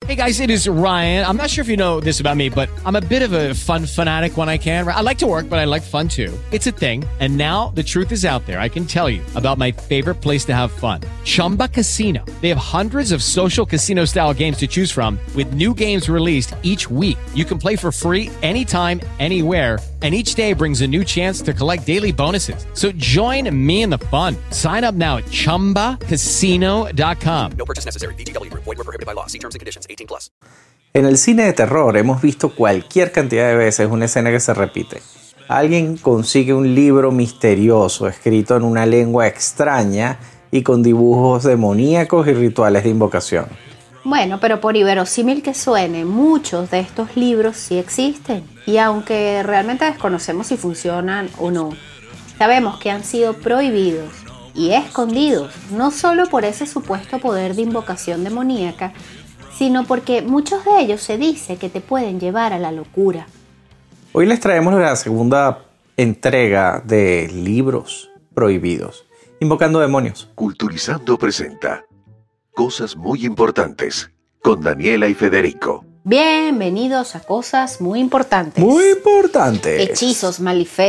Hey guys, it is Ryan. I'm not sure if you know this about me, but I'm a bit of a fun fanatic when I can. I like to work, but I like fun too. It's a thing. And now the truth is out there. I can tell you about my favorite place to have fun. Chumba Casino. They have hundreds of social casino style games to choose from with new games released each week. You can play for free anytime, anywhere. And each day brings a new chance to collect daily bonuses. So join me in the fun. Sign up now at ChumbaCasino.com. No purchase necessary. VGW Group. Void where prohibited by law. See terms and conditions. 18+. En el cine de terror hemos visto cualquier cantidad de veces una escena que se repite. Alguien consigue un libro misterioso escrito en una lengua extraña y con dibujos demoníacos y rituales de invocación. Bueno, pero por inverosímil que suene, muchos de estos libros sí existen. Y aunque realmente desconocemos si funcionan o no, sabemos que han sido prohibidos y escondidos, no solo por ese supuesto poder de invocación demoníaca, sino porque muchos de ellos se dice que te pueden llevar a la locura. Hoy les traemos la segunda entrega de Libros Prohibidos, Invocando Demonios. Culturizando presenta Cosas Muy Importantes con Daniela y Federico. Bienvenidos a Cosas Muy Importantes. Muy importantes. Hechizos,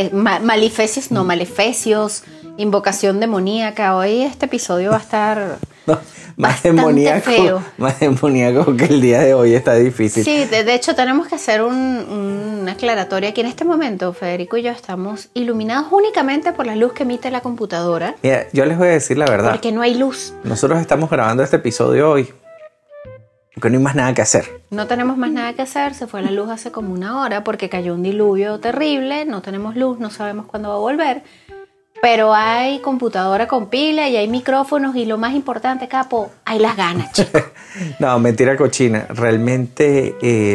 malefecios, invocación demoníaca. Hoy este episodio va a estar Más bastante feo. Más demoníaco que el día de hoy, está difícil. Sí, de hecho tenemos que hacer una aclaratoria aquí en este momento. Federico y yo estamos iluminados únicamente por la luz que emite la computadora. Mira, yo les voy a decir la verdad. Porque no hay luz. Nosotros estamos grabando este episodio hoy porque no hay más nada que hacer. No tenemos más nada que hacer. Se fue la luz hace como una hora porque cayó un diluvio terrible. No tenemos luz, no sabemos cuándo va a volver. Pero hay computadora con pila y hay micrófonos y lo más importante, capo, hay las ganas, chicos. No, mentira cochina. Realmente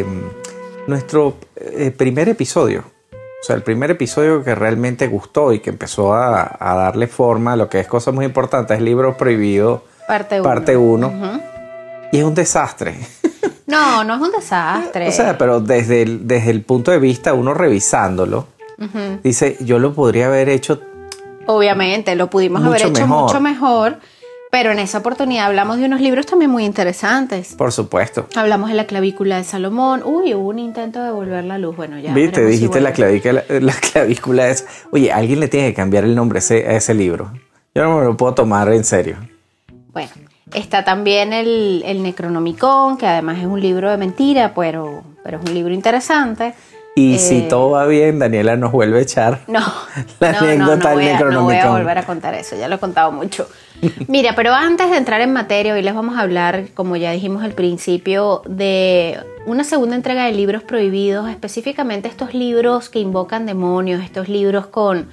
nuestro primer episodio, o sea, el primer episodio que realmente gustó y que empezó a darle forma a lo que es Cosas Muy Importantes, Libros Prohibidos, parte 1. Uh-huh. Y es un desastre. No, no es un desastre. O sea, pero desde el punto de vista, uno revisándolo, uh-huh, dice, yo lo podría haber hecho. Obviamente, lo pudimos haber hecho mucho mejor, pero en esa oportunidad hablamos de unos libros también muy interesantes. Por supuesto. Hablamos de la clavícula de Salomón. Uy, hubo un intento de devolver la luz. Bueno, ya. ¿Viste? Dijiste la clavícula de... Oye, alguien le tiene que cambiar el nombre a ese libro. Yo no me lo puedo tomar en serio. Bueno, está también el Necronomicon, que además es un libro de mentira, pero es un libro interesante. Y si todo va bien, Daniela nos vuelve a echar la anécdota del Necronomicon. No voy a volver a contar eso, ya lo he contado mucho. Mira, pero antes de entrar en materia, hoy les vamos a hablar, como ya dijimos al principio, de una segunda entrega de Libros Prohibidos, específicamente estos libros que invocan demonios, estos libros con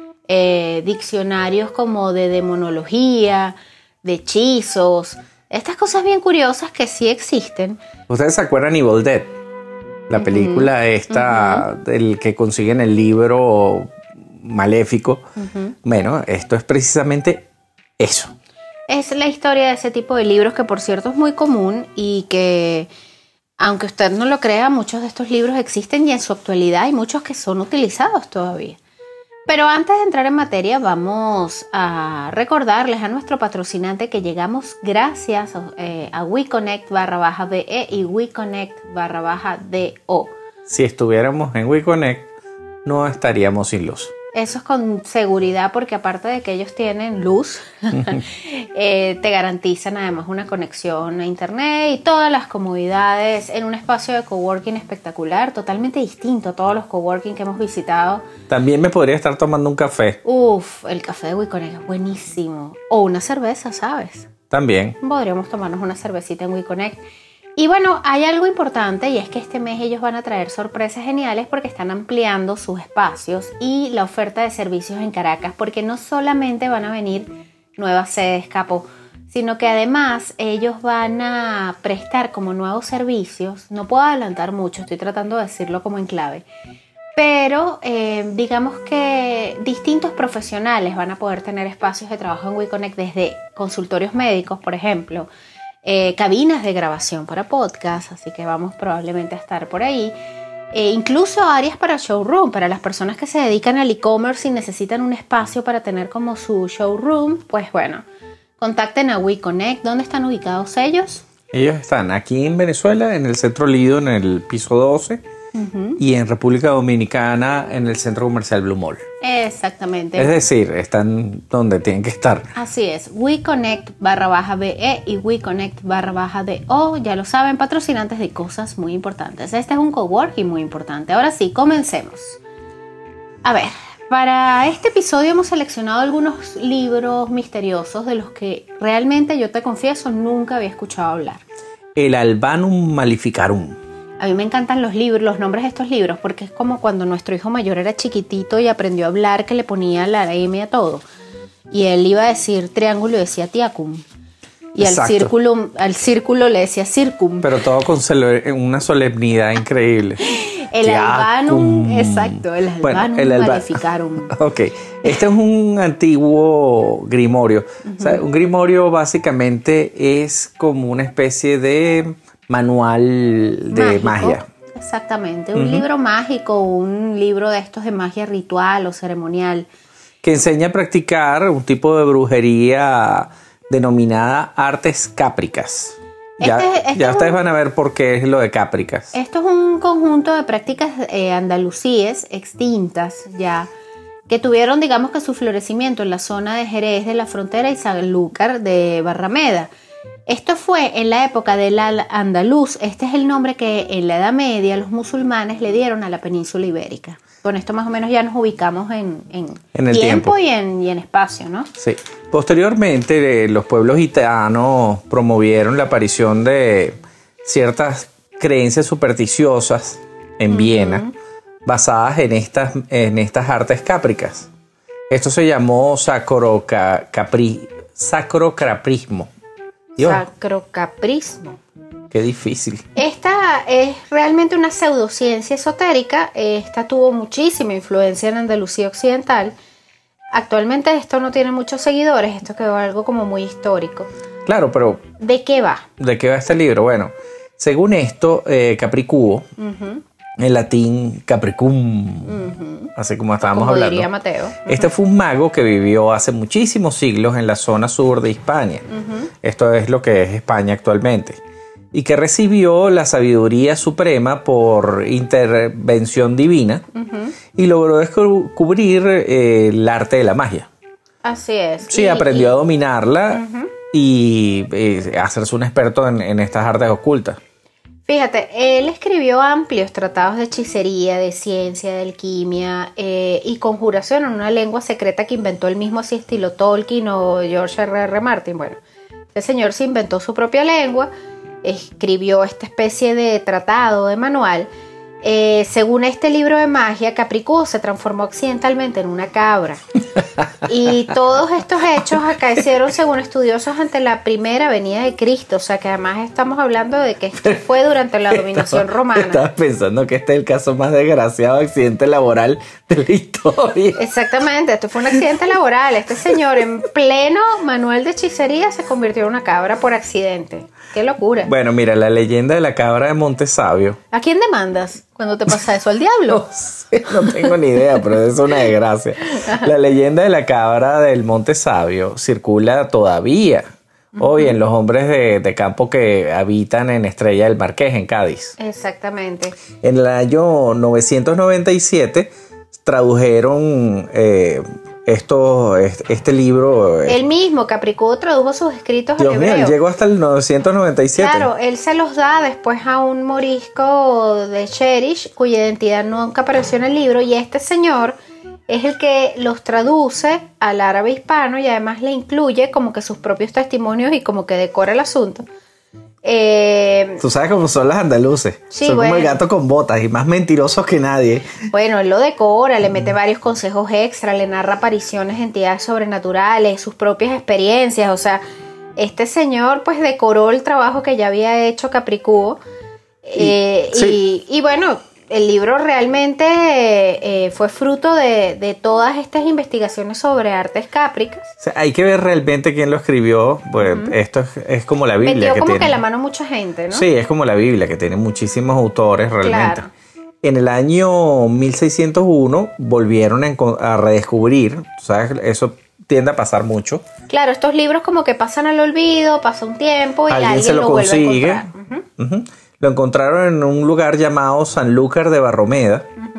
diccionarios como de demonología, de hechizos, estas cosas bien curiosas que sí existen. ¿Ustedes se acuerdan Evil Dead? La película esta, del que consiguen el libro maléfico. Uh-huh. Bueno, esto es precisamente eso. Es la historia de ese tipo de libros que, por cierto, es muy común y que, aunque usted no lo crea, muchos de estos libros existen y en su actualidad hay muchos que son utilizados todavía. Pero antes de entrar en materia, vamos a recordarles a nuestro patrocinante que llegamos gracias a WeConnect/BE y WeConnect/DO. Si estuviéramos en WeConnect, no estaríamos sin luz. Eso es con seguridad porque aparte de que ellos tienen luz, te garantizan además una conexión a internet y todas las comodidades en un espacio de coworking espectacular, totalmente distinto a todos los coworking que hemos visitado. También me podría estar tomando un café. Uf, el café de WeConnect es buenísimo. O una cerveza, ¿sabes? También. Podríamos tomarnos una cervecita en WeConnect. Y bueno, hay algo importante y es que este mes ellos van a traer sorpresas geniales porque están ampliando sus espacios y la oferta de servicios en Caracas, porque no solamente van a venir nuevas sedes, capo, sino que además ellos van a prestar como nuevos servicios. No puedo adelantar mucho, estoy tratando de decirlo como en clave, pero digamos que distintos profesionales van a poder tener espacios de trabajo en WeConnect, desde consultorios médicos, por ejemplo, cabinas de grabación para podcast, así que vamos probablemente a estar por ahí. Incluso áreas para showroom, para las personas que se dedican al e-commerce y necesitan un espacio para tener como su showroom, pues bueno, contacten a WeConnect. ¿Dónde están ubicados ellos? Ellos están aquí en Venezuela, en el Centro Lido, en el piso 12, y en República Dominicana, en el Centro Comercial Blue Mall. Exactamente. Es decir, están donde tienen que estar. Así es, WeConnect_BE y WeConnect_DO, ya lo saben, patrocinantes de cosas muy importantes. Este es un coworking muy importante. Ahora sí, comencemos. A ver, para este episodio hemos seleccionado algunos libros misteriosos de los que realmente, yo te confieso, nunca había escuchado hablar. El Albanum Maleficarum. A mí me encantan los libros, los nombres de estos libros, porque es como cuando nuestro hijo mayor era chiquitito y aprendió a hablar, que le ponía la M a todo. Y él iba a decir triángulo y decía tiacum. Y al círculo le decía circum. Pero todo con una solemnidad increíble. El Albanum, exacto, el Albanum Maleficarum. Ok, este es un antiguo grimorio. O sea, un grimorio básicamente es como una especie de manual de magia. Exactamente, un libro mágico, un libro de estos de magia ritual o ceremonial. Que enseña a practicar un tipo de brujería denominada artes cápricas. Ya ustedes van a ver por qué es lo de cápricas. Esto es un conjunto de prácticas andalusíes extintas ya, que tuvieron, digamos, que su florecimiento en la zona de Jerez de la Frontera y Sanlúcar de Barrameda. Esto fue en la época del Al-Andalus. Este es el nombre que en la Edad Media los musulmanes le dieron a la península ibérica. Con esto más o menos ya nos ubicamos en el tiempo y en espacio, ¿no? Sí. Posteriormente, los pueblos gitanos promovieron la aparición de ciertas creencias supersticiosas en Viena, basadas en estas artes cápricas. Esto se llamó sacrocaprismo. Sacrocaprismo. Qué difícil. Esta es realmente una pseudociencia esotérica. Esta tuvo muchísima influencia en Andalucía Occidental. Actualmente esto no tiene muchos seguidores. Esto quedó algo como muy histórico. Claro, pero... ¿De qué va? ¿De qué va este libro? Bueno, según esto, Capricuo, en latín capricum, así como estábamos hablando. Diría Mateo. Este fue un mago que vivió hace muchísimos siglos en la zona sur de Hispania. Esto es lo que es España actualmente. Y que recibió la sabiduría suprema por intervención divina y logró descubrir el arte de la magia. Así es. Sí, aprendió a dominarla y hacerse un experto en estas artes ocultas. Fíjate, él escribió amplios tratados de hechicería, de ciencia, de alquimia y conjuración en una lengua secreta que inventó él mismo, así estilo Tolkien o George R.R. Martin. Bueno, este señor se inventó su propia lengua, escribió esta especie de tratado, de manual. Según este libro de magia, Capricuo se transformó accidentalmente en una cabra. Y todos estos hechos acaecieron, según estudiosos, ante la primera venida de Cristo. O sea que además estamos hablando de que esto fue durante la dominación romana. Estaba pensando que este es el caso más desgraciado de accidente laboral de la historia. Exactamente, esto fue un accidente laboral. Este señor en pleno manual de hechicería se convirtió en una cabra por accidente. ¡Qué locura! Bueno, mira, la leyenda de la cabra de Montesabio. ¿A quién demandas cuando te pasa eso? ¿Al diablo? No sé, no tengo ni idea, pero es una desgracia. La leyenda de la cabra del Montesabio circula todavía hoy en los hombres de campo que habitan en Estrella del Marqués, en Cádiz. Exactamente. En el año 997 tradujeron... este libro... Él mismo, Capricuo, tradujo sus escritos al hebreo. Mío, llegó hasta el 997. Claro, él se los da después a un morisco de Cherish, cuya identidad nunca apareció en el libro, y este señor es el que los traduce al árabe hispano y además le incluye como que sus propios testimonios y como que decora el asunto. Tú sabes cómo son las andaluces. Sí, son como el gato con botas y más mentirosos que nadie. Bueno, él lo decora, le mete varios consejos extra, le narra apariciones de entidades sobrenaturales, sus propias experiencias. O sea, este señor pues decoró el trabajo que ya había hecho Capricuo. Y bueno, el libro realmente fue fruto de todas estas investigaciones sobre artes cápricas. O sea, hay que ver realmente quién lo escribió. Pues esto es como la Biblia. Metió como que la mano mucha gente, ¿no? Sí, es como la Biblia, que tiene muchísimos autores realmente. Claro. En el año 1601 volvieron a redescubrir, ¿sabes? Eso tiende a pasar mucho. Claro, estos libros como que pasan al olvido, pasa un tiempo y alguien se lo vuelve consigue. a encontrar. Ujú. Lo encontraron en un lugar llamado Sanlúcar de Barromeda,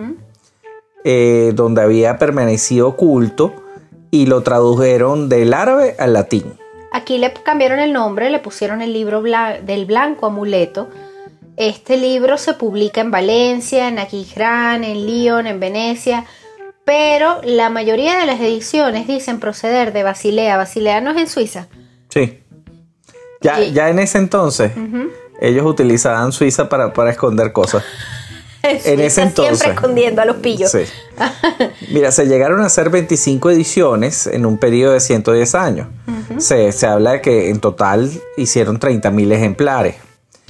donde había permanecido oculto, y lo tradujeron del árabe al latín. Aquí le cambiaron el nombre, le pusieron el libro del Blanco Amuleto. Este libro se publica en Valencia, en Aquisgrán, en Lyon, en Venecia, pero la mayoría de las ediciones dicen proceder de Basilea. Basilea no es en Suiza. Sí. Ya en ese entonces, ellos utilizaban Suiza para esconder cosas. En ese entonces. Siempre escondiendo a los pillos. Sí. Mira, se llegaron a hacer 25 ediciones en un periodo de 110 años. Se habla de que en total hicieron 30.000 ejemplares.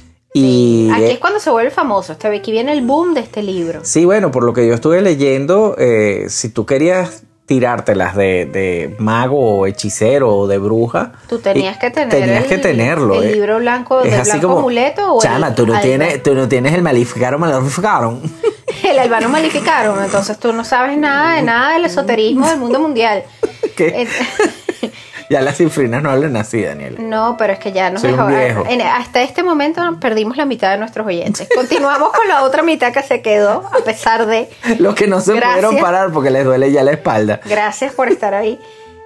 Y aquí es cuando se vuelve famoso. Aquí viene el boom de este libro. Sí, bueno, por lo que yo estuve leyendo, si tú querías tirártelas de mago o hechicero o de bruja, tú tenías que tenerlo. El libro blanco es de así Blanco como, Amuleto o chama, tú no tienes el Maleficaron. El Albano Maleficaron. Entonces tú no sabes nada del esoterismo del mundo mundial. ¿Qué? Ya las cifrinas no hablan así, Daniela. No, pero es que ya nos Soy dejó. un viejo. Hasta este momento perdimos la mitad de nuestros oyentes. Continuamos con la otra mitad que se quedó, a pesar de... Los que no se pudieron parar porque les duele ya la espalda. Gracias por estar ahí.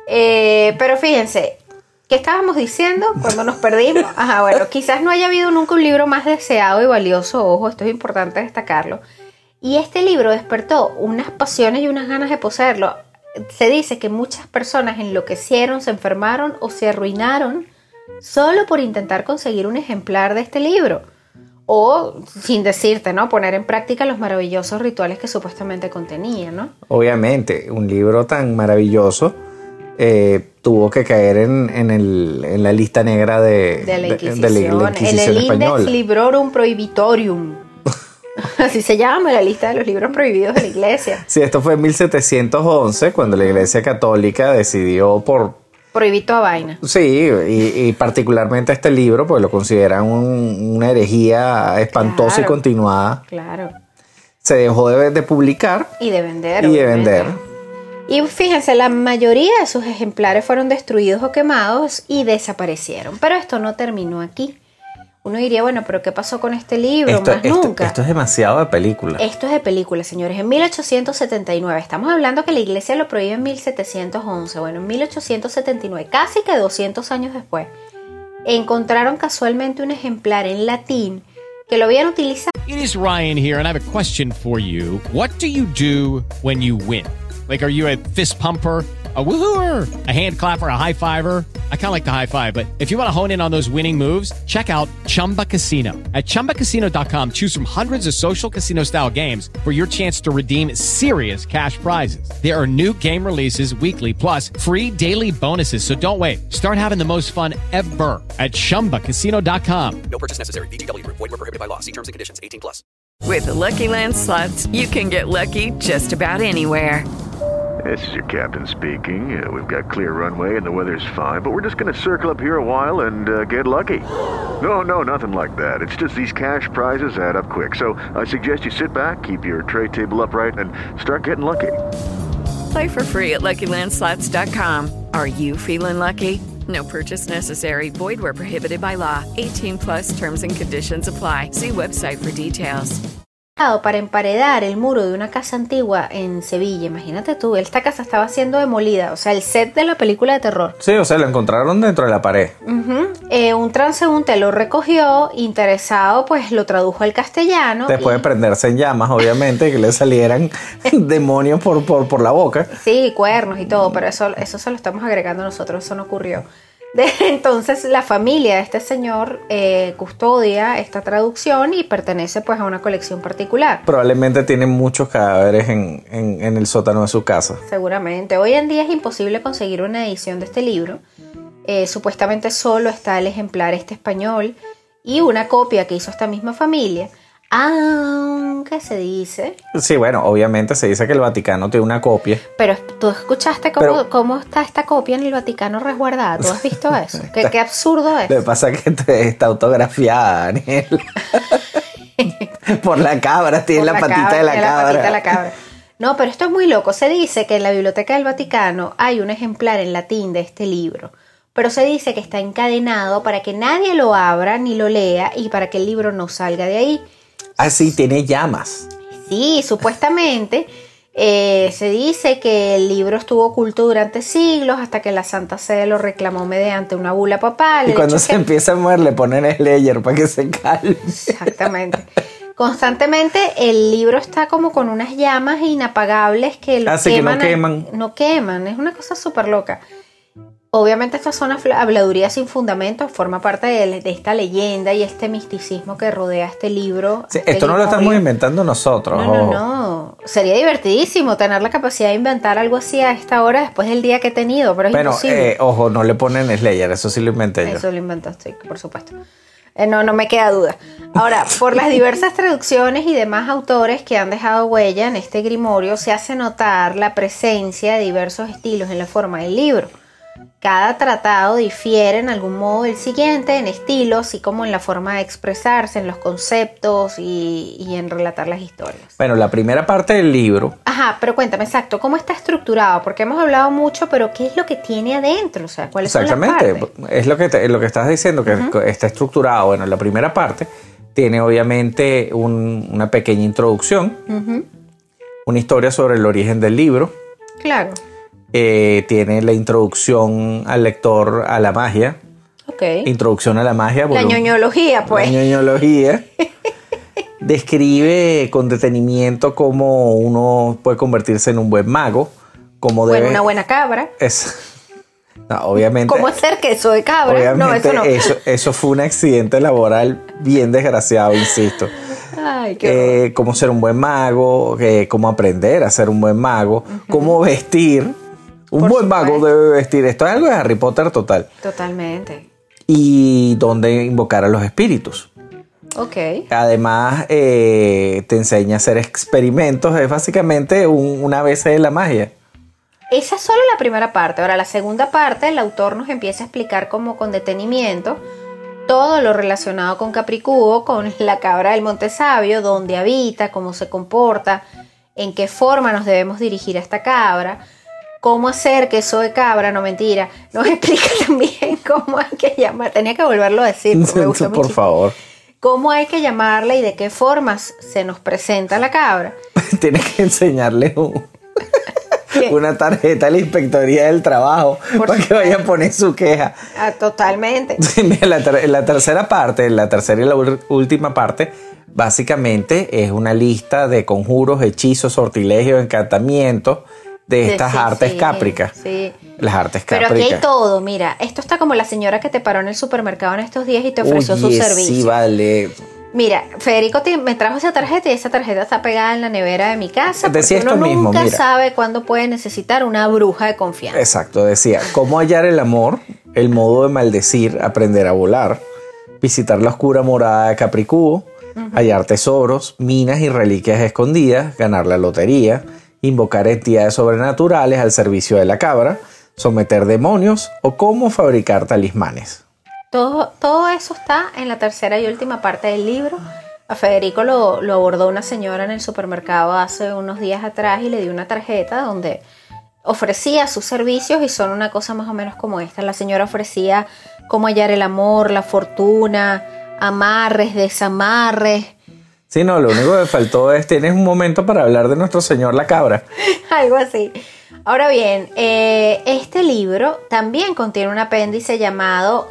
Pero fíjense, ¿qué estábamos diciendo cuando nos perdimos? Ajá, bueno, quizás no haya habido nunca un libro más deseado y valioso. Ojo, esto es importante destacarlo. Y este libro despertó unas pasiones y unas ganas de poseerlo. Se dice que muchas personas enloquecieron, se enfermaron o se arruinaron solo por intentar conseguir un ejemplar de este libro. O, sin decirte, ¿no?, poner en práctica los maravillosos rituales que supuestamente contenía, ¿no? Obviamente, un libro tan maravilloso tuvo que caer en la lista negra de la Inquisición el española. Index Librorum Prohibitorium. Así se llama, la lista de los libros prohibidos de la iglesia. Sí, esto fue en 1711, cuando la iglesia católica decidió prohibir toda vaina. Sí, y particularmente este libro, pues lo consideran una herejía espantosa, claro, y continuada. Claro. Se dejó de publicar. Y de vender. Y fíjense, la mayoría de sus ejemplares fueron destruidos o quemados y desaparecieron. Pero esto no terminó aquí. Uno diría, bueno, pero ¿qué pasó con este libro? Nunca. Esto es demasiado de película. Esto es de película, señores. En 1879, estamos hablando que la iglesia lo prohíbe en 1711. Bueno, en 1879, casi que 200 años después, encontraron casualmente un ejemplar en latín que lo habían utilizado. It is Ryan here, and I have a question for you. What do you do when you win? Like, are you a fist pumper, a woohooer, a hand clapper, a high fiver? I kind of like the high five, but if you want to hone in on those winning moves, check out Chumba Casino. At ChumbaCasino.com, choose from hundreds of social casino style games for your chance to redeem serious cash prizes. There are new game releases weekly, plus free daily bonuses. So don't wait. Start having the most fun ever at ChumbaCasino.com. No purchase necessary. VGW Group. Void where prohibited by law. See terms and conditions. 18+. With the Lucky Land Slots, you can get lucky just about anywhere. This is your captain speaking. We've got clear runway and the weather's fine, but we're just going to circle up here a while and get lucky. No, nothing like that. It's just these cash prizes add up quick. So I suggest you sit back, keep your tray table upright, and start getting lucky. Play for free at LuckyLandSlots.com. Are you feeling lucky? No purchase necessary. Void where prohibited by law. 18+ terms and conditions apply. See website for details. Para emparedar el muro de una casa antigua en Sevilla. Imagínate tú, esta casa estaba siendo demolida, o sea, el set de la película de terror. Sí, o sea, lo encontraron dentro de la pared. Un transeúnte lo recogió, interesado, pues lo tradujo al castellano. Después de prenderse en llamas, obviamente, que le salieran demonios por la boca. Sí, cuernos y todo, pero eso se lo estamos agregando nosotros, eso no ocurrió. Entonces la familia de este señor custodia esta traducción y pertenece pues a una colección particular. Probablemente tiene muchos cadáveres en el sótano de su casa. Seguramente. Hoy en día es imposible conseguir una edición de este libro. Supuestamente solo está el ejemplar español y una copia que hizo esta misma familia. Aunque se dice... Sí, bueno, obviamente se dice que el Vaticano tiene una copia. Pero tú escuchaste cómo está esta copia en el Vaticano resguardada. ¿Tú has visto eso? ¿Qué absurdo es? Lo que pasa es que está autografiada, Daniel. Por la cabra, tiene la patita de la cabra. No, pero esto es muy loco. Se dice que en la Biblioteca del Vaticano hay un ejemplar en latín de este libro, pero se dice que está encadenado para que nadie lo abra ni lo lea y para que el libro no salga de ahí. Ah, sí, tiene llamas. Sí, supuestamente se dice que el libro estuvo oculto durante siglos hasta que la Santa Sede lo reclamó mediante una bula papal. Y cuando se empieza a mover le ponen Slayer para que se calme. Exactamente. Constantemente el libro está como con unas llamas inapagables que lo queman. Que no queman. No queman, es una cosa súper loca. Obviamente estas son habladurías sin fundamento, forma parte de esta leyenda y este misticismo que rodea este libro. Sí, esto no lo estamos inventando nosotros. No. Sería divertidísimo tener la capacidad de inventar algo así a esta hora después del día que he tenido, pero es imposible. Ojo, no le ponen Slayer, eso sí lo inventé yo. Eso lo inventaste, por supuesto. No me queda duda. Ahora, por las diversas traducciones y demás autores que han dejado huella en este grimorio, se hace notar la presencia de diversos estilos en la forma del libro. Cada tratado difiere en algún modo del siguiente en estilo, así como en la forma de expresarse, en los conceptos y en relatar las historias. Bueno, la primera parte del libro... Ajá, pero cuéntame, exacto, ¿cómo está estructurado? Porque hemos hablado mucho, pero ¿qué es lo que tiene adentro? O sea, ¿cuáles son las partes? Exactamente, es lo que estás diciendo, que está estructurado. Bueno, la primera parte tiene obviamente una pequeña introducción, una historia sobre el origen del libro. Claro. Tiene la introducción al lector a la magia. Okay. Introducción a la magia. La ñoñología, pues. La ñoñología. Describe con detenimiento cómo uno puede convertirse en un buen mago. Cómo debe... una buena cabra. No, obviamente. ¿Cómo hacer queso de cabra? Obviamente, no, eso no. Eso fue un accidente laboral bien desgraciado, insisto. Ay, qué horror. Cómo ser un buen mago, cómo aprender a ser un buen mago, cómo vestir. Un buen mago debe vestir. Esto es algo de Harry Potter total. Totalmente. Y dónde invocar a los espíritus. Ok. Además, te enseña a hacer experimentos. Es básicamente una ABC de la magia. Esa es solo la primera parte. Ahora, la segunda parte, el autor nos empieza a explicar como con detenimiento todo lo relacionado con Capricuo, con la cabra del Monte Sabio, dónde habita, cómo se comporta, en qué forma nos debemos dirigir a esta cabra. Cómo hacer queso de cabra, no mentira. Nos explica también cómo hay que llamar. Tenía que volverlo a decir. Por favor. Cómo hay que llamarla y de qué formas se nos presenta la cabra. Tienes que enseñarle una tarjeta a la Inspectoría del Trabajo para que vaya a poner su queja. Totalmente. La tercera parte, la tercera y la última parte, básicamente es una lista de conjuros, hechizos, sortilegios, encantamientos de estas artes cápricas. Sí. Las artes cápricas. Pero aquí hay todo, mira, esto está como la señora que te paró en el supermercado en estos días y te ofreció su servicio. Sí, vale. Mira, Federico me trajo esa tarjeta y esa tarjeta está pegada en la nevera de mi casa. Decía porque uno nunca sabe cuándo puede necesitar una bruja de confianza. Exacto, decía, cómo hallar el amor, el modo de maldecir, aprender a volar, visitar la oscura morada de Capricuo, hallar tesoros, minas y reliquias escondidas, ganar la lotería, invocar entidades sobrenaturales al servicio de la cabra, someter demonios o cómo fabricar talismanes. Todo eso está en la tercera y última parte del libro. A Federico lo abordó una señora en el supermercado hace unos días atrás y le dio una tarjeta donde ofrecía sus servicios y son una cosa más o menos como esta. La señora ofrecía cómo hallar el amor, la fortuna, amarres, desamarres. Sí, no, lo único que faltó es, tienes un momento para hablar de nuestro señor la cabra. Algo así. Ahora bien, este libro también contiene un apéndice llamado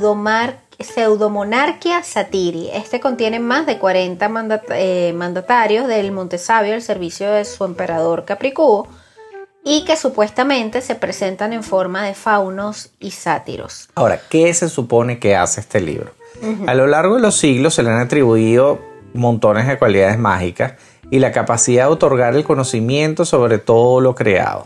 Pseudomonarquia Satiri. Este contiene más de 40 mandatarios del Monte Sabio al servicio de su emperador Capricuo y que supuestamente se presentan en forma de faunos y sátiros. Ahora, ¿qué se supone que hace este libro? A lo largo de los siglos se le han atribuido montones de cualidades mágicas y la capacidad de otorgar el conocimiento sobre todo lo creado.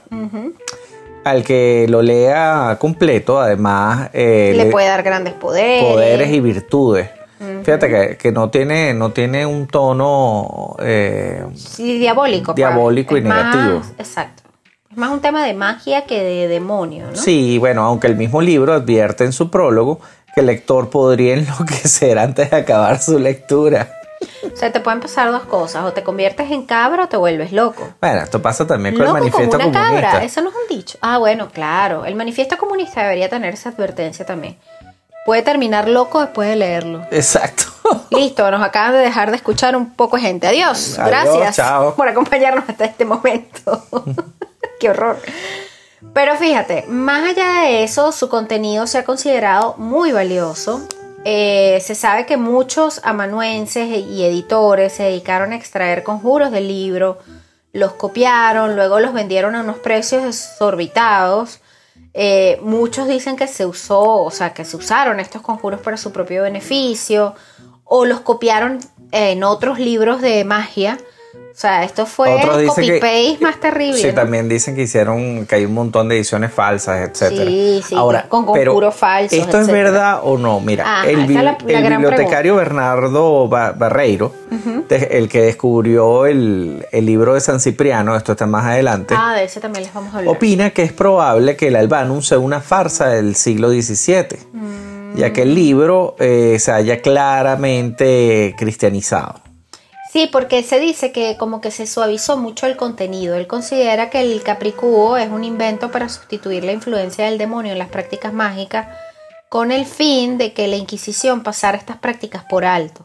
Al que lo lea completo, además le puede dar grandes poderes y virtudes. Fíjate que no tiene un tono sí, diabólico y negativo. Exacto. Es más un tema de magia que de demonio, ¿no? Sí, bueno, aunque el mismo libro advierte en su prólogo que el lector podría enloquecer antes de acabar su lectura. O sea, te pueden pasar dos cosas. O te conviertes en cabra o te vuelves loco. Bueno, esto pasa también con Loco el manifiesto como una comunista. cabra, eso no es un dicho. Ah, bueno, claro. El manifiesto comunista debería tener esa advertencia también. Puede terminar loco después de leerlo. Exacto. Listo, nos acaban de dejar de escuchar un poco de gente. Adiós. Gracias chao. por acompañarnos hasta este momento. Qué horror. Pero fíjate, más allá de eso, su contenido se ha considerado muy valioso. Se sabe que muchos amanuenses y editores se dedicaron a extraer conjuros del libro, los copiaron, luego los vendieron a unos precios desorbitados. Muchos dicen que se usaron estos conjuros para su propio beneficio o los copiaron en otros libros de magia. O sea, esto fue el copy-paste más terrible. Sí, ¿no? también dicen que hay un montón de ediciones falsas, etcétera. Sí, ahora, con conjuros falsos, ¿esto es etcétera. verdad o no? Mira, el gran bibliotecario Bernardo Barreiro, el que descubrió el libro de San Cipriano, esto está más adelante, de ese también les vamos a hablar. opina que es probable que el Albanum sea una farsa del siglo XVII, ya que el libro se haya claramente cristianizado. Sí, porque se dice que como que se suavizó mucho el contenido. Él considera que el Capricúo es un invento para sustituir la influencia del demonio en las prácticas mágicas con el fin de que la Inquisición pasara estas prácticas por alto.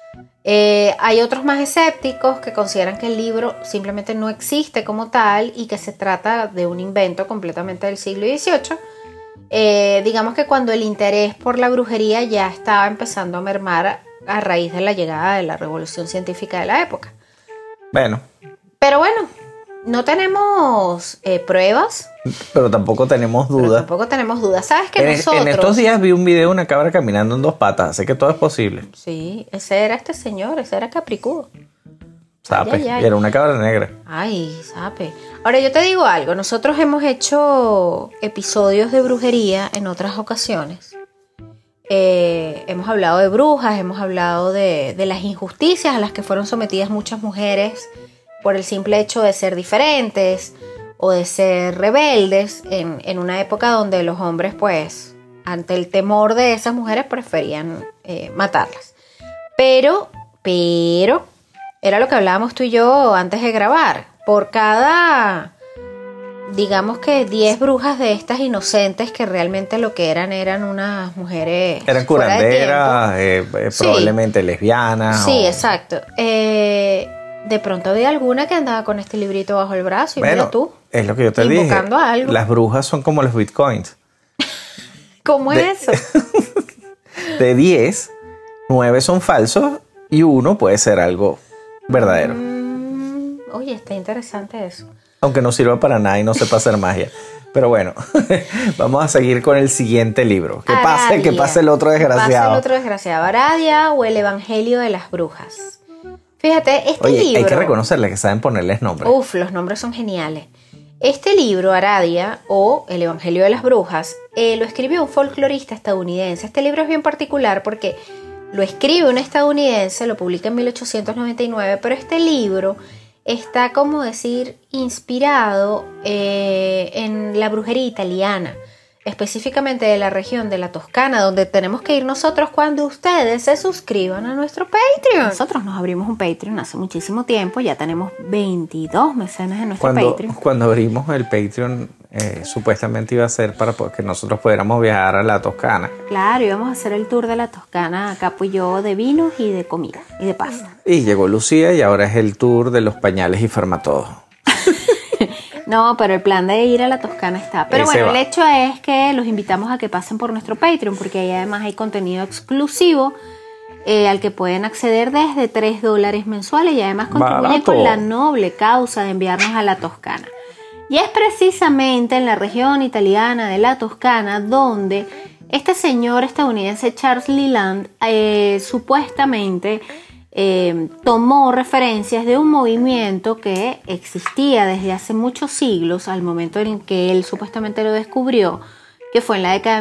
Hay otros más escépticos que consideran que el libro simplemente no existe como tal y que se trata de un invento completamente del siglo XVIII. Digamos que cuando el interés por la brujería ya estaba empezando a mermar a raíz de la llegada de la revolución científica de la época. Bueno. Pero bueno, no tenemos pruebas. Pero tampoco tenemos dudas. ¿Sabes que nosotros... En estos días vi un video de una cabra caminando en dos patas, así que todo es posible. Sí, ese era este señor, ese era Capricúo. Sape, Ay. y era una cabra negra. Ay, sape. Ahora yo te digo algo, nosotros hemos hecho episodios de brujería en otras ocasiones. Hemos hablado de brujas, hemos hablado de las injusticias a las que fueron sometidas muchas mujeres por el simple hecho de ser diferentes o de ser rebeldes en una época donde los hombres, pues, ante el temor de esas mujeres preferían matarlas. Pero, era lo que hablábamos tú y yo antes de grabar. Por cada, digamos que 10 brujas de estas inocentes que realmente lo que eran unas mujeres eran fuera de curanderas, probablemente lesbianas. Sí, exacto. De pronto había alguna que andaba con este librito bajo el brazo y mira tú. Es lo que yo te dije. Invocando algo. Las brujas son como los bitcoins. ¿Cómo es eso? De 10, 9 son falsos y 1 puede ser algo verdadero. Oye, está interesante eso. Aunque no sirva para nada y no sepa hacer magia. Pero bueno, vamos a seguir con el siguiente libro. Que pase el otro desgraciado. Aradia o el Evangelio de las Brujas. Fíjate, este libro... Hay que reconocerle que saben ponerles nombres. Los nombres son geniales. Este libro, Aradia o el Evangelio de las Brujas, lo escribió un folclorista estadounidense. Este libro es bien particular porque lo escribe un estadounidense, lo publica en 1899, pero este libro está, como decir, inspirado en la brujería italiana, específicamente de la región de la Toscana, donde tenemos que ir nosotros cuando ustedes se suscriban a nuestro Patreon. Nosotros nos abrimos un Patreon hace muchísimo tiempo, ya tenemos 22 mecenas en nuestro Patreon. Cuando abrimos el Patreon, supuestamente iba a ser para que nosotros pudiéramos viajar a la Toscana. Claro, íbamos a hacer el tour de la Toscana, Capo y yo, de vinos y de comida y de pasta. Y llegó Lucía y ahora es el tour de los pañales y Fermatodo. No, pero el plan de ir a la Toscana está. Pero bueno, el hecho es que los invitamos a que pasen por nuestro Patreon, porque ahí además hay contenido exclusivo al que pueden acceder desde $3 mensuales y además contribuyen con la noble causa de enviarnos a la Toscana. Y es precisamente en la región italiana de la Toscana donde este señor estadounidense Charles Leland supuestamente tomó referencias de un movimiento que existía desde hace muchos siglos al momento en que él supuestamente lo descubrió, que fue en la década de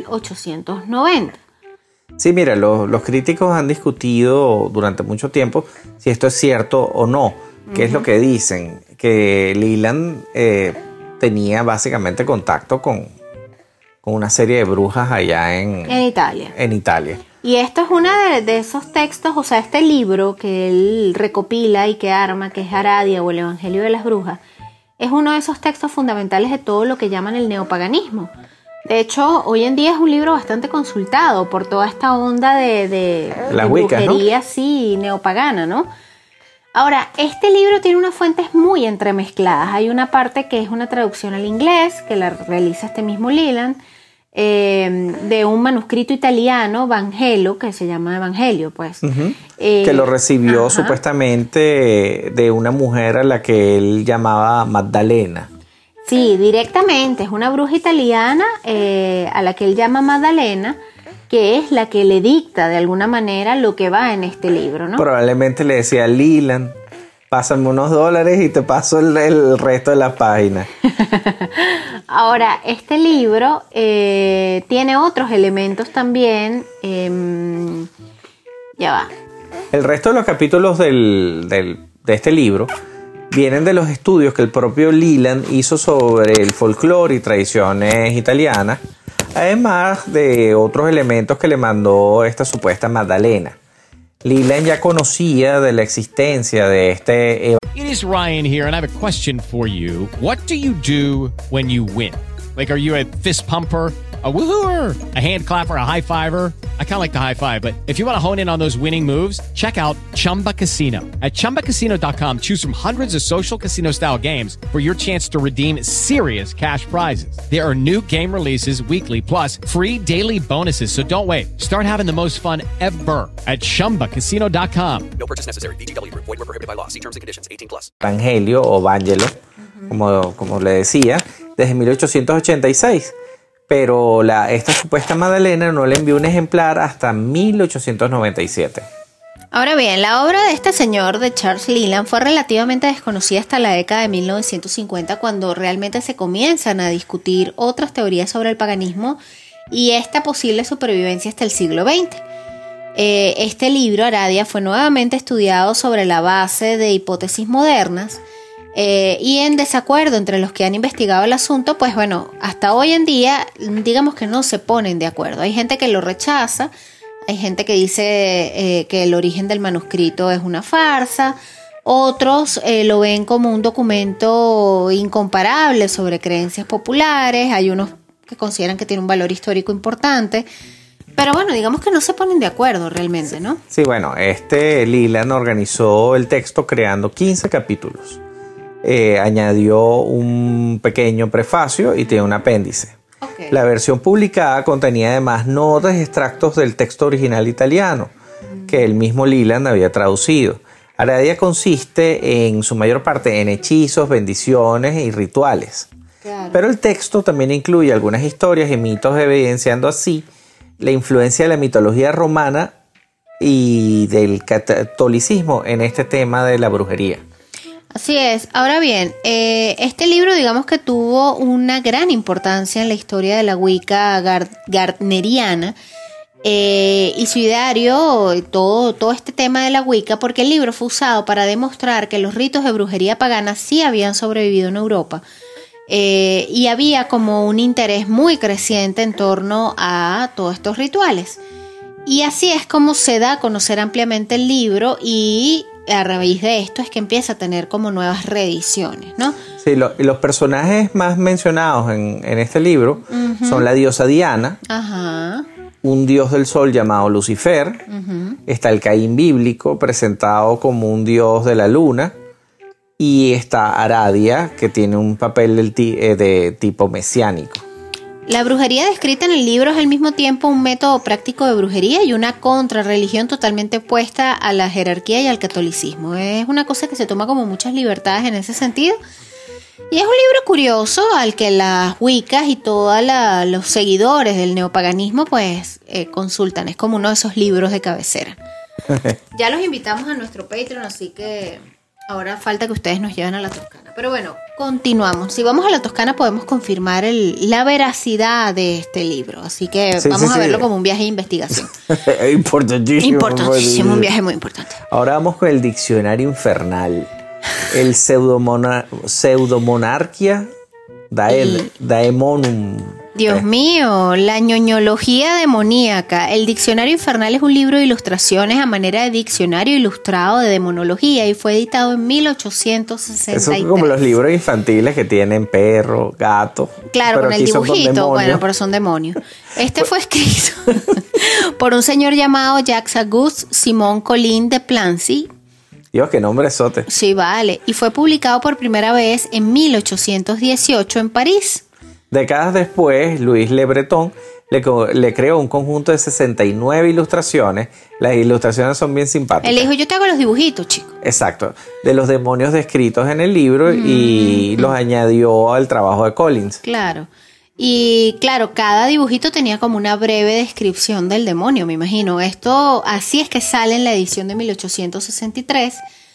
1890. Sí, mira, los críticos han discutido durante mucho tiempo si esto es cierto o no. ¿Qué es lo que dicen? Que Leland tenía básicamente contacto con una serie de brujas allá en Italia. Y esto es uno de esos textos, o sea, este libro que él recopila y que arma, que es Aradia o el Evangelio de las Brujas, es uno de esos textos fundamentales de todo lo que llaman el neopaganismo. De hecho, hoy en día es un libro bastante consultado por toda esta onda de brujería, ¿no? Sí, neopagana, ¿no? Ahora, este libro tiene unas fuentes muy entremezcladas. Hay una parte que es una traducción al inglés, que la realiza este mismo Leland, de un manuscrito italiano, Vangelo, que se llama Evangelio, pues. Que lo recibió supuestamente de una mujer a la que él llamaba Magdalena. Sí, directamente, es una bruja italiana a la que él llama Magdalena, que es la que le dicta de alguna manera lo que va en este libro, ¿no? Probablemente le decía, Leland, pásame unos $, y te paso el resto de la página. Ahora, este libro tiene otros elementos también. Ya va. El resto de los capítulos de este libro vienen de los estudios que el propio Leland hizo sobre el folclore y tradiciones italianas, además de otros elementos que le mandó esta supuesta Magdalena. Leland ya conocía de la existencia de este... It is Ryan here, and I have a question for you. What do you do when you win? Like, are you a fist pumper, a woohooer, a hand clapper, a high fiver? I kind of like the high five, but if you want to hone in on those winning moves, check out Chumba Casino. At ChumbaCasino.com, choose from hundreds of social casino-style games for your chance to redeem serious cash prizes. There are new game releases weekly, plus free daily bonuses, so don't wait. Start having the most fun ever at ChumbaCasino.com. No purchase necessary. VGW Group. Void where prohibited by law. See terms and conditions. 18+. Evangelio o Vangelo, como le decía, desde 1886. Pero esta supuesta Magdalena no le envió un ejemplar hasta 1897. Ahora bien, la obra de este señor, de Charles Leland, fue relativamente desconocida hasta la década de 1950, cuando realmente se comienzan a discutir otras teorías sobre el paganismo y esta posible supervivencia hasta el siglo XX. Este libro, Aradia, fue nuevamente estudiado sobre la base de hipótesis modernas, y en desacuerdo entre los que han investigado el asunto, pues bueno, hasta hoy en día digamos que no se ponen de acuerdo. Hay gente que lo rechaza, hay gente que dice que el origen del manuscrito es una farsa, otros lo ven como un documento incomparable sobre creencias populares, hay unos que consideran que tiene un valor histórico importante, pero bueno, digamos que no se ponen de acuerdo realmente, ¿no? Sí, bueno, Leland organizó el texto creando 15 capítulos. Añadió un pequeño prefacio y tiene un apéndice. Okay. La versión publicada contenía además notas y extractos del texto original italiano que el mismo Leland había traducido. Aradia consiste en su mayor parte en hechizos, bendiciones y rituales. Claro. Pero el texto también incluye algunas historias y mitos, evidenciando así la influencia de la mitología romana y del catolicismo en este tema de la brujería. Así es. Ahora bien, este libro digamos que tuvo una gran importancia en la historia de la Wicca gardneriana y su ideario, todo este tema de la Wicca, porque el libro fue usado para demostrar que los ritos de brujería pagana sí habían sobrevivido en Europa, y había como un interés muy creciente en torno a todos estos rituales. Y así es como se da a conocer ampliamente el libro, y a raíz de esto es que empieza a tener como nuevas reediciones, ¿no? Sí, los personajes más mencionados en este libro son la diosa Diana, un dios del sol llamado Lucifer, está el Caín bíblico presentado como un dios de la luna, y está Aradia, que tiene un papel de tipo mesiánico. La brujería descrita en el libro es al mismo tiempo un método práctico de brujería y una contrarreligión totalmente opuesta a la jerarquía y al catolicismo. Es una cosa que se toma como muchas libertades en ese sentido. Y es un libro curioso al que las Wiccas y todos los seguidores del neopaganismo pues consultan. Es como uno de esos libros de cabecera. Ya los invitamos a nuestro Patreon, así que ahora falta que ustedes nos lleven a la Toscana. Pero bueno, continuamos. Si vamos a la Toscana podemos confirmar la veracidad de este libro. Así que vamos a verlo como un viaje de investigación. Importantísimo, un viaje muy importante. Ahora vamos con el diccionario infernal. El pseudomonarquia daemonum Dios mío, la ñoñología demoníaca. El Diccionario Infernal es un libro de ilustraciones a manera de diccionario ilustrado de demonología y fue editado en 1863. Eso es como los libros infantiles que tienen perro, gato. Claro, con el aquí son dibujito, bueno, pero son demonios. Este fue escrito por un señor llamado Jacques Auguste Simon Colin de Plancy. Dios, qué nombre sote. Sí, vale. Y fue publicado por primera vez en 1818 en París. Décadas después, Louis Le Breton le creó un conjunto de 69 ilustraciones. Las ilustraciones son bien simpáticas. Él dijo, yo te hago los dibujitos, chico. Exacto, de los demonios descritos en el libro y los añadió al trabajo de Collins. Claro. Y claro, cada dibujito tenía como una breve descripción del demonio, me imagino. Esto, así es que sale en la edición de 1863.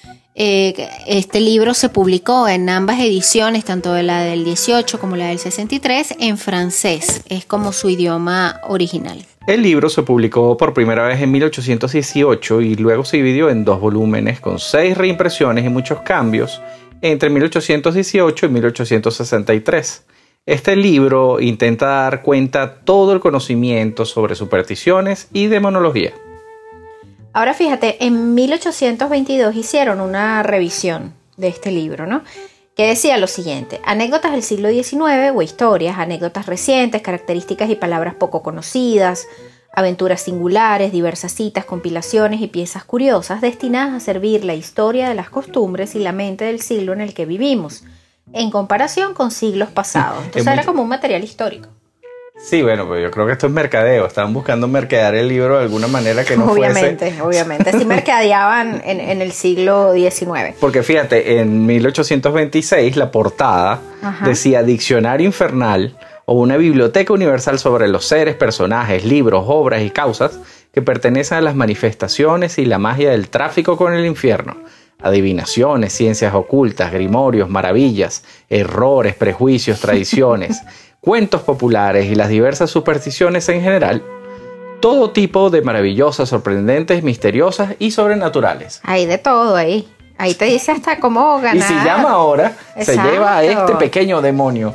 Este libro se publicó en ambas ediciones, tanto de la del 18 como la del 63, en francés. Es como su idioma original. El libro se publicó por primera vez en 1818 y luego se dividió en 2 volúmenes con 6 reimpresiones y muchos cambios entre 1818 y 1863. Este libro intenta dar cuenta todo el conocimiento sobre supersticiones y demonología. Ahora fíjate, en 1822 hicieron una revisión de este libro, ¿no? Que decía lo siguiente: anécdotas del siglo XIX o historias, anécdotas recientes, características y palabras poco conocidas, aventuras singulares, diversas citas, compilaciones y piezas curiosas destinadas a servir la historia de las costumbres y la mente del siglo en el que vivimos, en comparación con siglos pasados. Entonces era como un material histórico. Sí, bueno, pero yo creo que esto es mercadeo. Estaban buscando mercadear el libro de alguna manera que no obviamente, fuese... Obviamente, sí mercadeaban en el siglo XIX. Porque fíjate, en 1826 la portada decía Diccionario Infernal o una biblioteca universal sobre los seres, personajes, libros, obras y causas que pertenecen a las manifestaciones y la magia del tráfico con el infierno. Adivinaciones, ciencias ocultas, grimorios, maravillas, errores, prejuicios, tradiciones... cuentos populares y las diversas supersticiones en general, todo tipo de maravillosas, sorprendentes, misteriosas y sobrenaturales. Hay de todo ahí. Ahí te dice hasta cómo ganar. Y si llama ahora, exacto, se lleva a este pequeño demonio.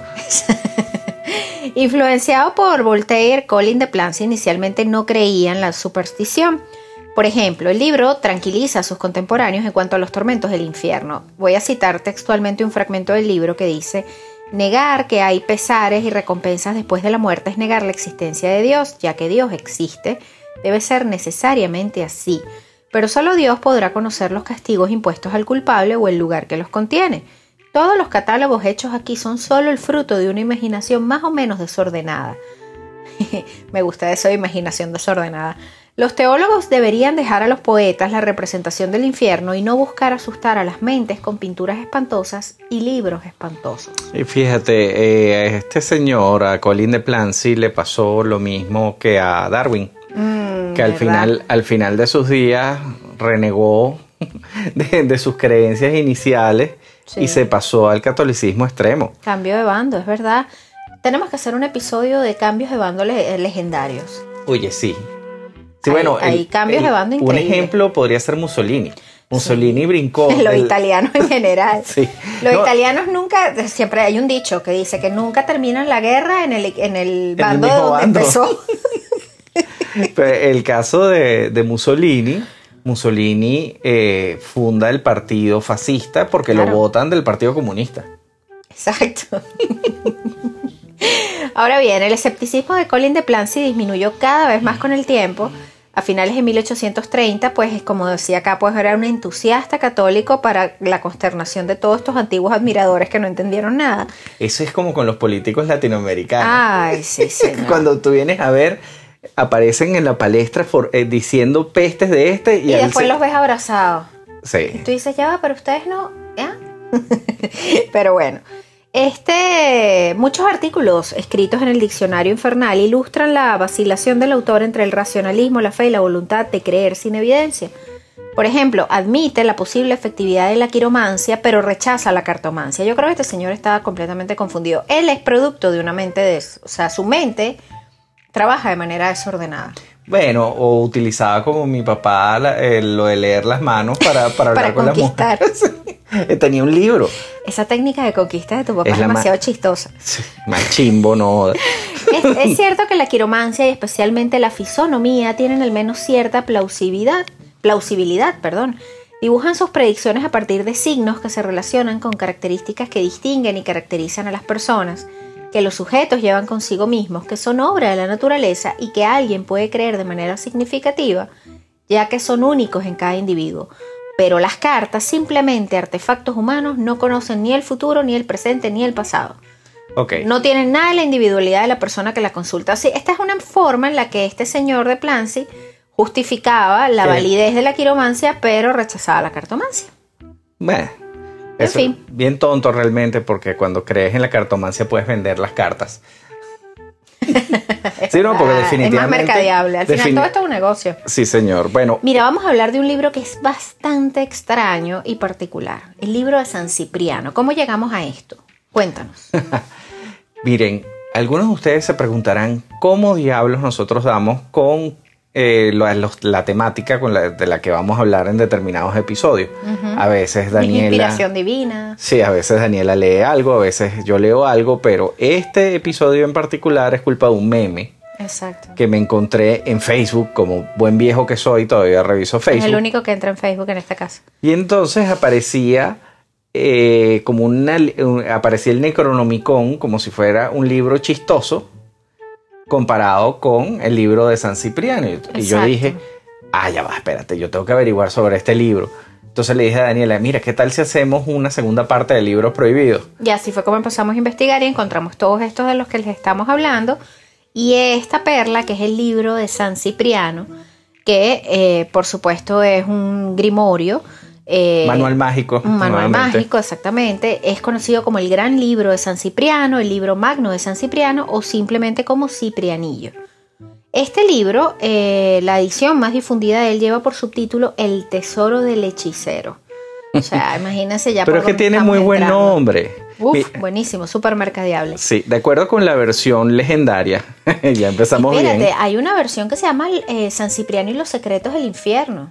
Influenciado por Voltaire, Colin de Plancy inicialmente no creía en la superstición. Por ejemplo, el libro tranquiliza a sus contemporáneos en cuanto a los tormentos del infierno. Voy a citar textualmente un fragmento del libro que dice: negar que hay pesares y recompensas después de la muerte es negar la existencia de Dios, ya que Dios existe, debe ser necesariamente así. Pero solo Dios podrá conocer los castigos impuestos al culpable o el lugar que los contiene. Todos los catálogos hechos aquí son solo el fruto de una imaginación más o menos desordenada. Me gusta eso de imaginación desordenada. Los teólogos deberían dejar a los poetas la representación del infierno y no buscar asustar a las mentes con pinturas espantosas y libros espantosos. Y fíjate, a este señor, a Colin de Plancy, le pasó lo mismo que a Darwin, que al final de sus días renegó de sus creencias iniciales, sí, y se pasó al catolicismo extremo. Cambio de bando, es verdad. Tenemos que hacer un episodio de cambios de bando legendarios. Oye, sí. Sí, bueno, hay cambios de bando increíbles. Un ejemplo podría ser Mussolini. Mussolini sí, brincó. Los italianos en general. Sí. Los italianos nunca, siempre hay un dicho que dice que nunca terminan la guerra en el bando de donde empezó. Pero el caso de Mussolini funda el partido fascista porque claro, lo votan del Partido Comunista. Exacto. Ahora bien, el escepticismo de Colin de Plancy disminuyó cada vez más con el tiempo. A finales de 1830, pues como decía acá, pues era un entusiasta católico para la consternación de todos estos antiguos admiradores que no entendieron nada. Eso es como con los políticos latinoamericanos. Ay, sí, sí. Cuando tú vienes a ver, aparecen en la palestra diciendo pestes de este. Y después los ves abrazados. Sí. Y tú dices, ya va, pero ustedes no, ¿ya? Pero bueno. Muchos artículos escritos en el Diccionario Infernal ilustran la vacilación del autor entre el racionalismo, la fe y la voluntad de creer sin evidencia. Por ejemplo, admite la posible efectividad de la quiromancia, pero rechaza la cartomancia. Yo creo que este señor estaba completamente confundido. Él es producto de una mente o sea, su mente trabaja de manera desordenada. Bueno, o utilizaba como mi papá lo de leer las manos para hablar con las mujeres. Tenía un libro. Esa técnica de conquista de tu papá es la demasiado chistosa. Más chimbo, no. Es cierto que la quiromancia y especialmente la fisonomía tienen al menos cierta plausibilidad, Dibujan sus predicciones a partir de signos que se relacionan con características que distinguen y caracterizan a las personas, que los sujetos llevan consigo mismos, que son obra de la naturaleza y que alguien puede creer de manera significativa, ya que son únicos en cada individuo. Pero las cartas, simplemente artefactos humanos, no conocen ni el futuro, ni el presente, ni el pasado. Okay. No tienen nada de la individualidad de la persona que la consulta. Así, esta es una forma en la que este señor de Plancy justificaba la validez de la quiromancia, pero rechazaba la cartomancia. Bueno, en fin. Bien tonto realmente, porque cuando crees en la cartomancia puedes vender las cartas. Sí, no, porque definitivamente... Es más mercadeable. Al final todo esto es un negocio. Sí, señor. Bueno. Mira, vamos a hablar de un libro que es bastante extraño y particular. El libro de San Cipriano. ¿Cómo llegamos a esto? Cuéntanos. Miren, algunos de ustedes se preguntarán cómo diablos nosotros damos con la temática de la que vamos a hablar en determinados episodios. Uh-huh. A veces Daniela... Inspiración divina. Sí, a veces Daniela lee algo, a veces yo leo algo, pero este episodio en particular es culpa de un meme. Exacto. Que me encontré en Facebook, como buen viejo que soy, todavía reviso Facebook. Es el único que entra en Facebook en esta casa. Y entonces aparecía aparecía el Necronomicon como si fuera un libro chistoso comparado con el libro de San Cipriano. Y yo dije, ya va, espérate, yo tengo que averiguar sobre este libro. Entonces le dije a Daniela, mira, ¿qué tal si hacemos una segunda parte de Libros Prohibidos? Y así fue como empezamos a investigar y encontramos todos estos de los que les estamos hablando. Y esta perla, que es el libro de San Cipriano, que por supuesto es un grimorio. Manual mágico. Un manual mágico, exactamente. Es conocido como el Gran Libro de San Cipriano, el Libro Magno de San Cipriano o simplemente como Ciprianillo. Este libro, la edición más difundida de él lleva por subtítulo El Tesoro del Hechicero. O sea, imagínense ya. Pero es que tiene muy buen nombre. Buenísimo, súper mercadeable. Sí, de acuerdo con la versión legendaria. Ya empezamos bien. Espérate, hay una versión que se llama San Cipriano y los secretos del infierno.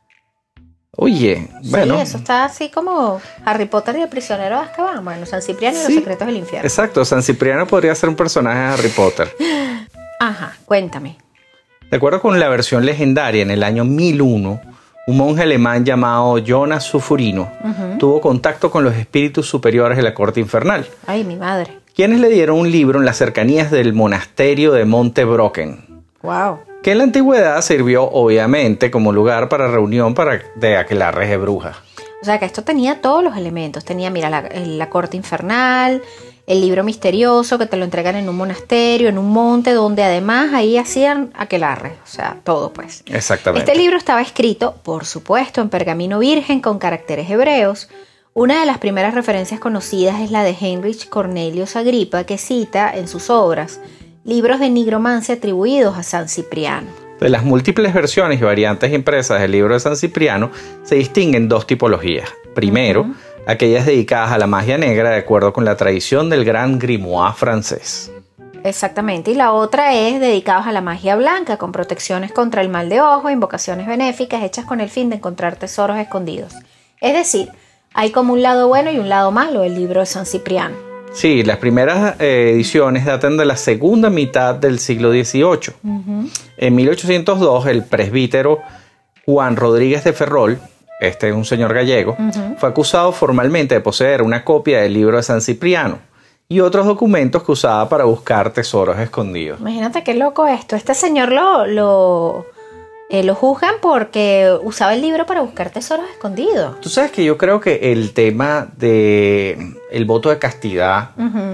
Oye, bueno. Sí, eso está así como Harry Potter y el prisionero de Azkaban. Bueno, San Cipriano y los secretos del infierno. Exacto, San Cipriano podría ser un personaje de Harry Potter. Ajá, cuéntame. De acuerdo con la versión legendaria, en el año 1001, un monje alemán llamado Jonas Sufurino tuvo contacto con los espíritus superiores de la corte infernal. Ay, mi madre. Quienes le dieron un libro en las cercanías del monasterio de Monte Brocken. Wow. Que en la antigüedad sirvió obviamente como lugar para reunión de aquelarres de brujas. O sea que esto tenía todos los elementos. Tenía, mira, la corte infernal, el libro misterioso que te lo entregan en un monasterio, en un monte, donde además ahí hacían aquelarres. O sea, todo pues. Exactamente. Este libro estaba escrito, por supuesto, en pergamino virgen con caracteres hebreos. Una de las primeras referencias conocidas es la de Heinrich Cornelius Agrippa, que cita en sus obras libros de nigromancia atribuidos a San Cipriano. De las múltiples versiones y variantes impresas del libro de San Cipriano se distinguen dos tipologías. Primero, aquellas dedicadas a la magia negra de acuerdo con la tradición del gran grimoire francés. Exactamente, y la otra es dedicados a la magia blanca, con protecciones contra el mal de ojo, invocaciones benéficas hechas con el fin de encontrar tesoros escondidos. Es decir, hay como un lado bueno y un lado malo del libro de San Cipriano. Sí, las primeras ediciones datan de la segunda mitad del siglo XVIII. En 1802, el presbítero Juan Rodríguez de Ferrol, este es un señor gallego, fue acusado formalmente de poseer una copia del libro de San Cipriano y otros documentos que usaba para buscar tesoros escondidos. Imagínate qué loco esto. Este señor lo juzgan porque usaba el libro para buscar tesoros escondidos. Tú sabes que yo creo que el tema de el voto de castidad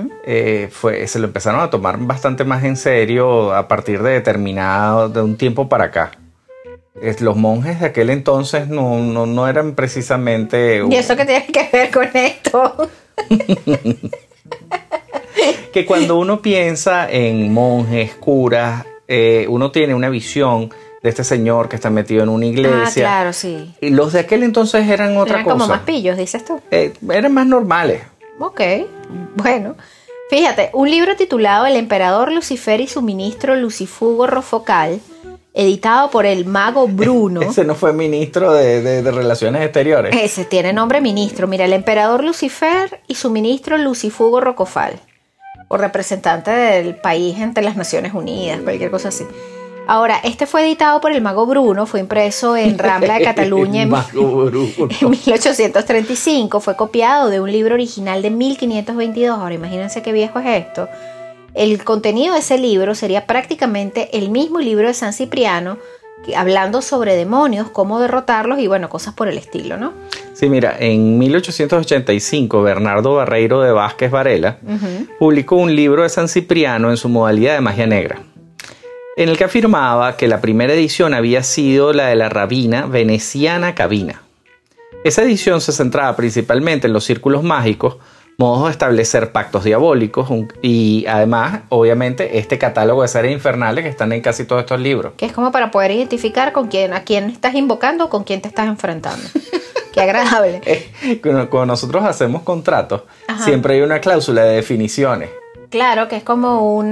se lo empezaron a tomar bastante más en serio a partir de un tiempo para acá. Los monjes de aquel entonces no eran precisamente... ¿Y eso qué tiene que ver con esto? Que cuando uno piensa en monjes, curas, uno tiene una visión de este señor que está metido en una iglesia. Ah, claro, sí. Y los de aquel entonces eran otra cosa. Eran como más pillos, dices tú. Eran más normales. Ok, bueno. Fíjate, un libro titulado El emperador Lucifer y su ministro Lucifugo Rofocal editado por el mago Bruno. Ese no fue ministro de Relaciones Exteriores. Ese tiene nombre ministro. Mira, el emperador Lucifer y su ministro Lucifugo Rocofal, o representante del país ante las Naciones Unidas, cualquier cosa así. Ahora, este fue editado por el mago Bruno, fue impreso en Rambla de Cataluña en 1835, fue copiado de un libro original de 1522. Ahora, imagínense qué viejo es esto. El contenido de ese libro sería prácticamente el mismo libro de San Cipriano, hablando sobre demonios, cómo derrotarlos y bueno, cosas por el estilo, ¿no? Sí, mira, en 1885 Bernardo Barreiro de Vázquez Varela publicó un libro de San Cipriano en su modalidad de magia negra, en el que afirmaba que la primera edición había sido la de la rabina veneciana Cabina. Esa edición se centraba principalmente en los círculos mágicos, modos de establecer pactos diabólicos y además, obviamente, este catálogo de seres infernales que están en casi todos estos libros. Que es como para poder identificar a quién estás invocando o con quién te estás enfrentando. Qué agradable. Cuando nosotros hacemos contratos, siempre hay una cláusula de definiciones. Claro, que es como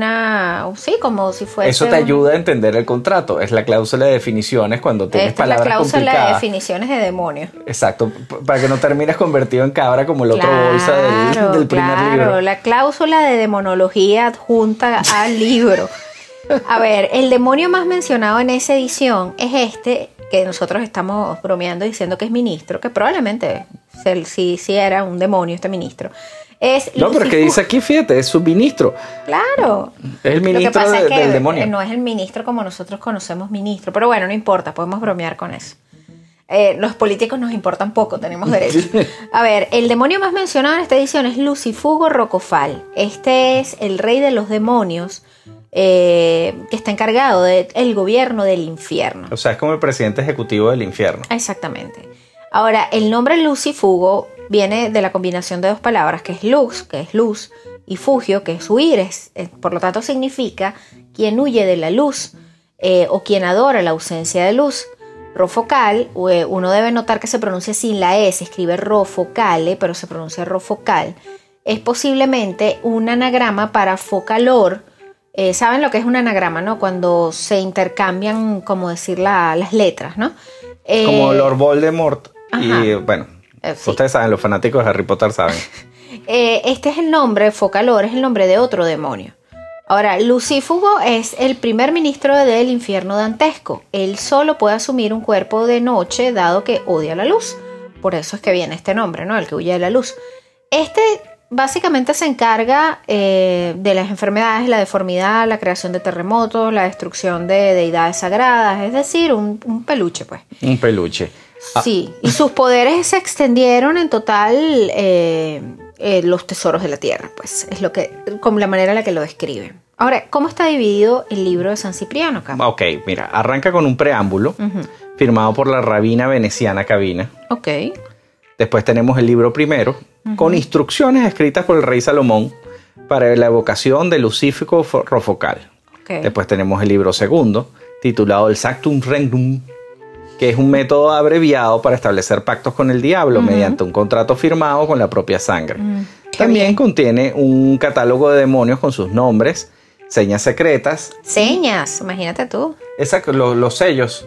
como si fuese... Eso te ayuda a entender el contrato. Es la cláusula de definiciones cuando tienes palabras complicadas. Esta es la cláusula de definiciones de demonio. Exacto, para que no termines convertido en cabra como el otro bolsa del primer libro. Claro, la cláusula de demonología adjunta al libro. A ver, el demonio más mencionado en esa edición es este, que nosotros estamos bromeando diciendo que es ministro, que probablemente sí era un demonio este ministro. No, pero que dice aquí, fíjate, es su ministro. Claro. Es el ministro del demonio. No es el ministro como nosotros conocemos ministro, pero bueno, no importa, podemos bromear con eso. Los políticos nos importan poco, tenemos derecho. A ver, el demonio más mencionado en esta edición es Lucifugo Rocofal. Este es el rey de los demonios, que está encargado del gobierno del infierno. O sea, es como el presidente ejecutivo del infierno. Exactamente. Ahora, el nombre Lucifugo viene de la combinación de dos palabras, que es lux, que es luz, y fugio, que es huir. Por lo tanto, significa quien huye de la luz, o quien adora la ausencia de luz. Rofocal, uno debe notar que se pronuncia sin la E, se escribe rofocale, pero se pronuncia rofocal. Es posiblemente un anagrama para focalor. ¿Saben lo que es un anagrama, no? Cuando se intercambian, como decir, las letras, ¿no? Como Lord Voldemort. Ajá. Y bueno, sí. Ustedes saben, los fanáticos de Harry Potter saben. Este es el nombre, Focalor, es el nombre de otro demonio. Ahora, Lucífugo es el primer ministro del infierno dantesco. Él solo puede asumir un cuerpo de noche, dado que odia la luz. Por eso es que viene este nombre, ¿no? El que huye de la luz. Este básicamente se encarga de las enfermedades, la deformidad, la creación de terremotos, la destrucción de deidades sagradas, es decir, un peluche, pues. Un peluche. Sí, y sus poderes se extendieron en total los tesoros de la tierra, pues, es como la manera en la que lo describen. Ahora, ¿cómo está dividido el libro de San Cipriano, Cam? Ok, mira, arranca con un preámbulo firmado por la rabina veneciana Cabina. Ok. Después tenemos el libro primero, con instrucciones escritas por el rey Salomón para la evocación de Lucífico Rofocal. Okay. Después tenemos el libro segundo, titulado el Sanctum Regnum, que es un método abreviado para establecer pactos con el diablo mediante un contrato firmado con la propia sangre. También contiene un catálogo de demonios con sus nombres, señas secretas. Señas, imagínate tú. Exacto, los sellos.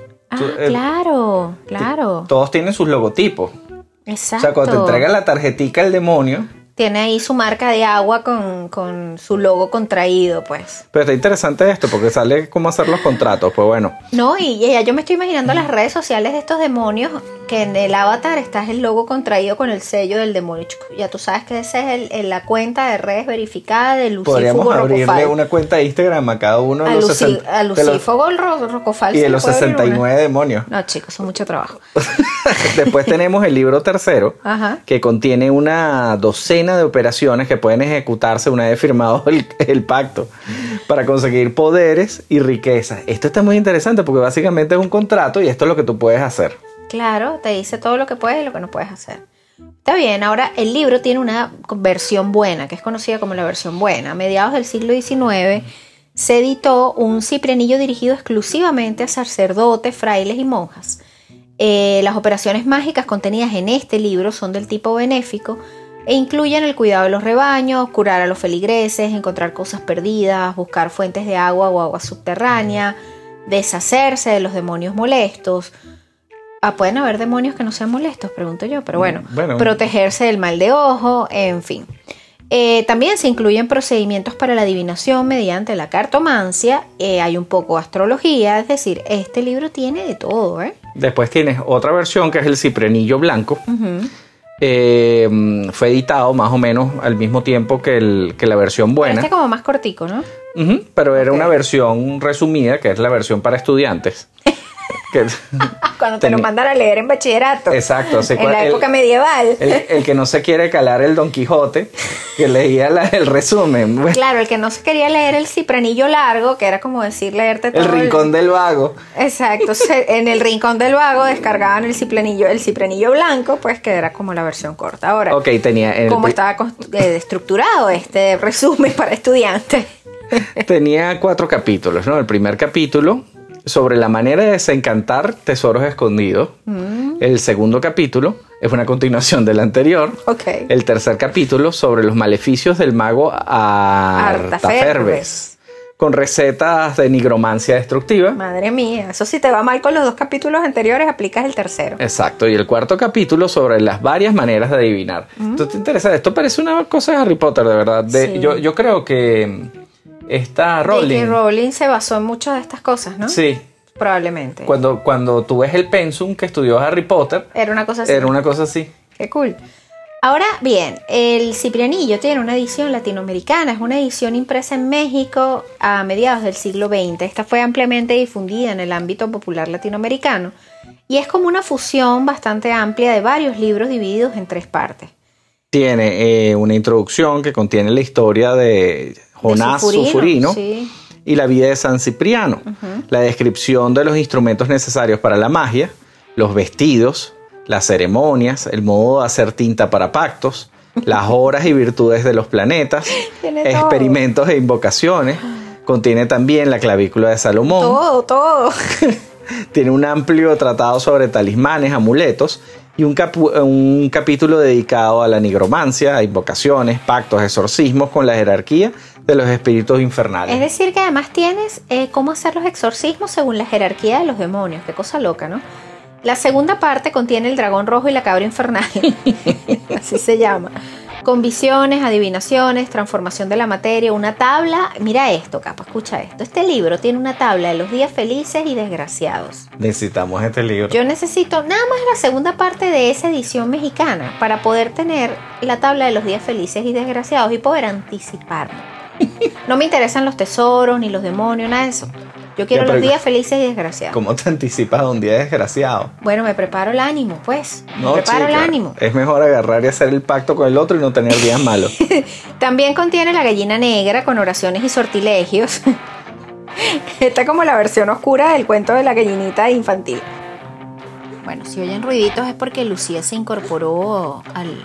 Claro. Todos tienen sus logotipos. Exacto. O sea, cuando te entregan la tarjetica el demonio, tiene ahí su marca de agua con su logo contraído, pues. Pero está interesante esto, porque sale cómo hacer los contratos, pues bueno. No, y ya yo me estoy imaginando las redes sociales de estos demonios, que en el avatar está el logo contraído con el sello del demonio. Ya tú sabes que esa es la cuenta de redes verificada de Lucífugo Rocofal. Podríamos abrirle una cuenta de Instagram a cada uno de los 60. A Lucífugo Rocofal. Y de los 69 demonios. No, chicos, son mucho trabajo. Después tenemos el libro tercero, que contiene una docena de operaciones que pueden ejecutarse una vez firmado el pacto para conseguir poderes y riquezas. Esto está muy interesante porque básicamente es un contrato y esto es lo que tú puedes hacer. Claro, te dice todo lo que puedes y lo que no puedes hacer. Está bien, ahora el libro tiene una versión buena, que es conocida como la versión buena. A mediados del siglo XIX se editó un ciprianillo dirigido exclusivamente a sacerdotes, frailes y monjas. Las operaciones mágicas contenidas en este libro son del tipo benéfico e incluyen el cuidado de los rebaños, curar a los feligreses, encontrar cosas perdidas, buscar fuentes de agua o agua subterránea, deshacerse de los demonios molestos. Pueden haber demonios que no sean molestos, pregunto yo, pero bueno, protegerse del mal de ojo, en fin. También se incluyen procedimientos para la adivinación mediante la cartomancia, hay un poco de astrología, es decir, este libro tiene de todo, Después tienes otra versión que es el Ciprenillo Blanco. Uh-huh. Fue editado más o menos al mismo tiempo que la versión buena. Este como más cortico, ¿no? Uh-huh, pero era una versión resumida, que es la versión para estudiantes. Cuando te lo mandan a leer en bachillerato. Exacto. En la época medieval. El que no se quiere calar el Don Quijote, que leía el resumen. Bueno. Claro, el que no se quería leer el Ciprenillo Largo, que era como decir leerte todo. El Rincón del Vago. Exacto. En el Rincón del Vago descargaban el Ciprenillo Blanco, pues que era como la versión corta. Ahora, ¿cómo estaba estructurado este resumen para estudiantes? Tenía 4 capítulos, ¿no? El primer capítulo sobre la manera de desencantar tesoros escondidos. El segundo capítulo es una continuación del anterior. Okay. El tercer capítulo sobre los maleficios del mago Artaferbes, con recetas de nigromancia destructiva. Madre mía, eso si te va mal con los 2 capítulos anteriores, aplicas el tercero. Exacto, y el cuarto capítulo sobre las varias maneras de adivinar. Esto te interesa, esto parece una cosa de Harry Potter, de verdad. Sí. Yo creo que esta Rowling... Rowling se basó en muchas de estas cosas, ¿no? Sí. Probablemente. Cuando tú ves el pensum que estudió Harry Potter... Era una cosa así. Era una cosa así. Qué cool. Ahora bien, el Ciprianillo tiene una edición latinoamericana. Es una edición impresa en México a mediados del siglo XX. Esta fue ampliamente difundida en el ámbito popular latinoamericano. Y es como una fusión bastante amplia de varios libros divididos en 3 partes. Tiene una introducción que contiene la historia de Jonás Sulfurino, sí, y la vida de San Cipriano, la descripción de los instrumentos necesarios para la magia, los vestidos, las ceremonias, el modo de hacer tinta para pactos, las horas y virtudes de los planetas, experimentos e invocaciones. Contiene también la clavícula de Salomón. Todo. Tiene un amplio tratado sobre talismanes, amuletos y un capítulo dedicado a la nigromancia, a invocaciones, pactos, exorcismos con la jerarquía de los espíritus infernales. Es decir, que además tienes cómo hacer los exorcismos según la jerarquía de los demonios. Qué cosa loca, ¿no? La segunda parte contiene el dragón rojo y la cabra infernal. Así se llama. Con visiones, adivinaciones, transformación de la materia, una tabla. Mira esto, Capo, escucha esto. Este libro tiene una tabla de los días felices y desgraciados. Necesitamos este libro. Yo necesito nada más la segunda parte de esa edición mexicana para poder tener la tabla de los días felices y desgraciados y poder anticiparme. No me interesan los tesoros ni los demonios, nada de eso. Yo quiero los días felices y desgraciados. ¿Cómo te anticipas a un día desgraciado? Bueno, me preparo el ánimo, pues. No, me preparo chica, el ánimo. Es mejor agarrar y hacer el pacto con el otro y no tener días malos. También contiene la gallina negra con oraciones y sortilegios. Esta es como la versión oscura del cuento de la gallinita infantil. Bueno, si oyen ruiditos es porque Lucía se incorporó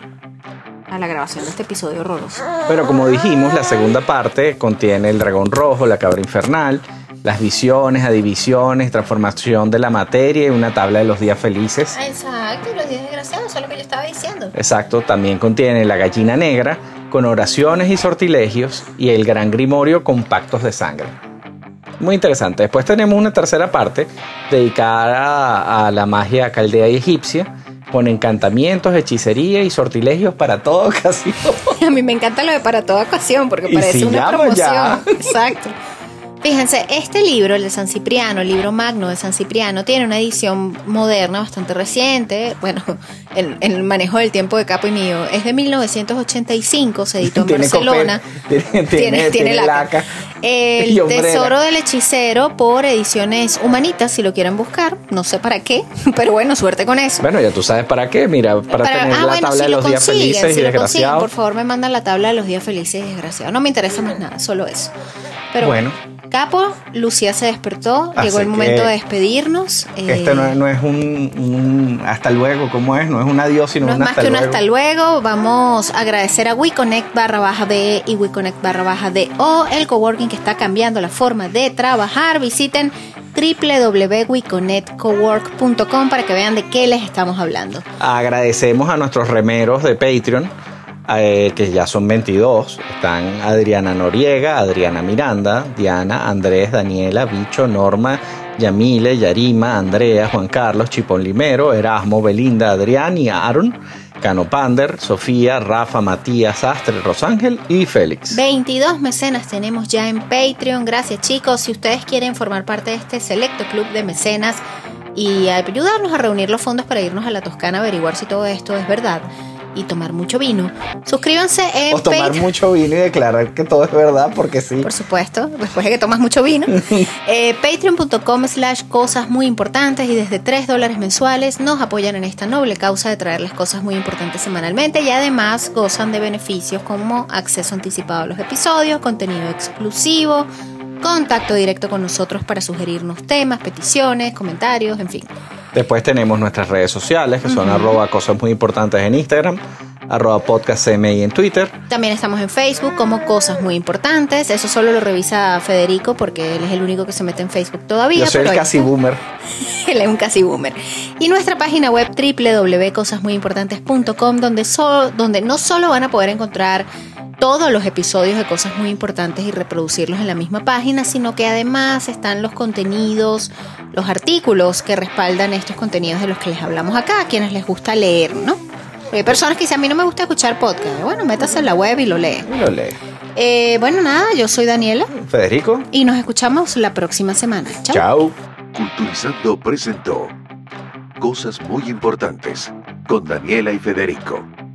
a la grabación de este episodio horroroso. Pero como dijimos, la segunda parte contiene el dragón rojo, la cabra infernal, las visiones, adivisiones, transformación de la materia y una tabla de los días felices. Exacto, los días desgraciados, eso es lo que yo estaba diciendo. Exacto, también contiene la gallina negra con oraciones y sortilegios y el gran grimorio con pactos de sangre. Muy interesante. Después tenemos una tercera parte dedicada a la magia caldea y egipcia, con encantamientos, hechicería y sortilegios para toda ocasión. A mí me encanta lo de para toda ocasión, porque parece una promoción. Ya. Exacto. Fíjense, este libro, el de San Cipriano, el libro magno de San Cipriano, tiene una edición moderna bastante reciente. Bueno, el manejo del tiempo de Capo y mío es de 1985, se editó en Barcelona. Tiene laca. El Tesoro del Hechicero por Ediciones Humanitas, si lo quieren buscar. No sé para qué, pero bueno, suerte con eso. Bueno, ya tú sabes para qué. Mira, para tener la tabla de los días felices y desgraciados. Por favor, me mandan la tabla de los días felices y desgraciados. No me interesa más nada, solo eso. Pero bueno, Capo, Lucía se despertó, llegó el momento de despedirnos. Este no es un hasta luego, ¿cómo es? No es un adiós, sino un hasta luego. No es más que un hasta luego. Vamos a agradecer a WeConnect/BE y WeConnect/DO, el coworking que está cambiando la forma de trabajar. Visiten www.weconnectcowork.com para que vean de qué les estamos hablando. Agradecemos a nuestros remeros de Patreon que ya son 22. Están Adriana Noriega, Adriana Miranda, Diana, Andrés, Daniela, Bicho, Norma, Yamile, Yarima, Andrea, Juan Carlos, Chipón Limero, Erasmo, Belinda, Adrián y Aaron, Cano Pander, Sofía, Rafa, Matías, Astre, Rosángel y Félix. 22 mecenas tenemos ya en Patreon. Gracias, chicos. Si ustedes quieren formar parte de este selecto club de mecenas y ayudarnos a reunir los fondos para irnos a la Toscana a averiguar si todo esto es verdad y tomar mucho vino, suscríbanse en O tomar mucho vino y declarar que todo es verdad, porque sí. Por supuesto, después de que tomas mucho vino. Patreon.com/cosas muy importantes, y desde $3 mensuales nos apoyan en esta noble causa de traerles cosas muy importantes semanalmente, y además gozan de beneficios como acceso anticipado a los episodios, contenido exclusivo, contacto directo con nosotros para sugerirnos temas, peticiones, comentarios, en fin. Después tenemos nuestras redes sociales, que son @cosas muy importantes en Instagram, @podcastcmi en Twitter. También estamos en Facebook como Cosas Muy Importantes. Eso solo lo revisa Federico porque él es el único que se mete en Facebook todavía. Yo soy el casi boomer. Él es un casi boomer. Y nuestra página web www.cosasmuyimportantes.com, donde no solo van a poder encontrar todos los episodios de Cosas Muy Importantes y reproducirlos en la misma página, sino que además están los contenidos, los artículos que respaldan estos contenidos de los que les hablamos acá, a quienes les gusta leer, ¿no? Porque hay personas que dicen, a mí no me gusta escuchar podcast. Bueno, métase en la web y lo lee. Bueno, nada, yo soy Daniela. Federico. Y nos escuchamos la próxima semana. Chao. Chao. Culturizando presentó Cosas Muy Importantes con Daniela y Federico.